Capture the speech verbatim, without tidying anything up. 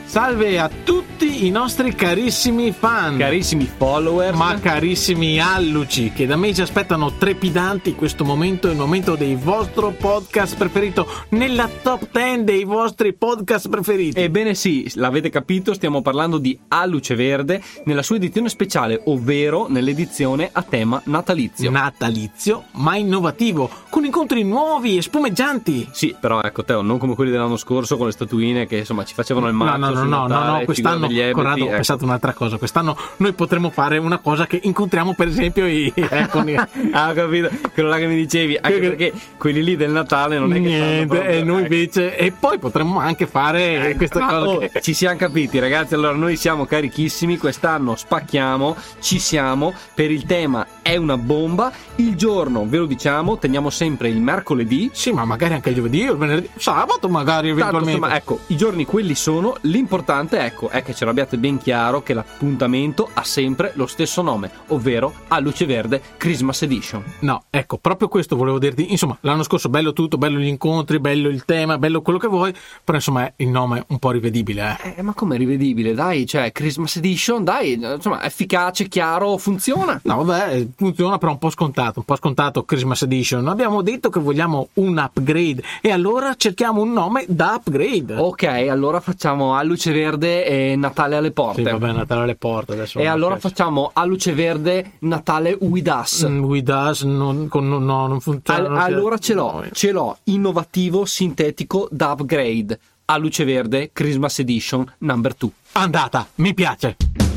Salve a tutti i nostri carissimi fan, carissimi follower, ma carissimi alluci che da mesi aspettano trepidanti questo momento, il momento dei vostro podcast preferito, nella top dieci dei vostri podcast preferiti. Ebbene sì, l'avete capito, stiamo parlando di A Luce Verde nella sua edizione speciale, ovvero nell'edizione a tema natalizio. Natalizio, ma innovativo, con incontri nuovi e spumeggianti. Sì, però ecco Teo, non come quelli dell'anno scorso con le statuine che insomma ci facevano il marcio. No, no, no, no, Natale, no, no, quest'anno, Corrado, ecco. ho pensato un'altra cosa. Quest'anno noi potremmo fare una cosa che incontriamo per esempio i... ecco, ah, ho capito, quello là che mi dicevi, anche perché quelli lì del Natale non è che niente, e noi ecco. invece, e poi potremmo anche fare eh, questa cosa oh, che... ci siamo capiti ragazzi, allora noi siamo carichissimi, quest'anno spacchiamo, ci siamo, per il tema è una bomba, il giorno ve lo diciamo, teniamo sempre il mercoledì, sì, ma magari anche il giovedì o il venerdì, sabato magari eventualmente. Tanto, insomma, ecco, i giorni quelli sono, l'importante ecco è che ce l'abbiate ben chiaro che l'appuntamento ha sempre lo stesso nome, ovvero A Luce Verde Christmas Edition. No, ecco, proprio questo volevo dirti. Insomma, l'anno scorso bello tutto, bello gli incontri, bello il tema, bello quello che vuoi, però insomma il nome è un po' rivedibile, eh. eh ma come rivedibile? Dai, cioè Christmas Edition, dai, insomma, efficace, chiaro, funziona. No, vabbè, funziona, però un po' scontato, un po' scontato Christmas Edition. Abbiamo detto che vogliamo un upgrade e allora cerchiamo un nome da upgrade. Ok, allora facciamo A Luce Verde e Natale alle porte. Sì, vabbè, Natale alle porte adesso. E allora penso. Facciamo A Luce Verde Natale with us. Mm, with us non, con, no, non funziona. All- non allora ce l'ho, ce l'ho, innovativo, sintetico da upgrade. A Luce Verde Christmas Edition number two. Andata, mi piace.